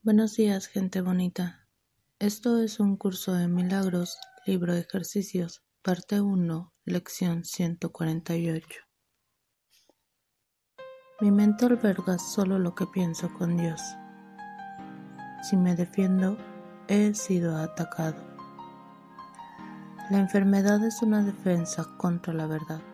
Buenos días, gente bonita. Esto es un curso de milagros, libro de ejercicios, parte 1, lección 148. Mi mente alberga solo lo que pienso con Dios. Si me defiendo, he sido atacado. La enfermedad es una defensa contra la verdad.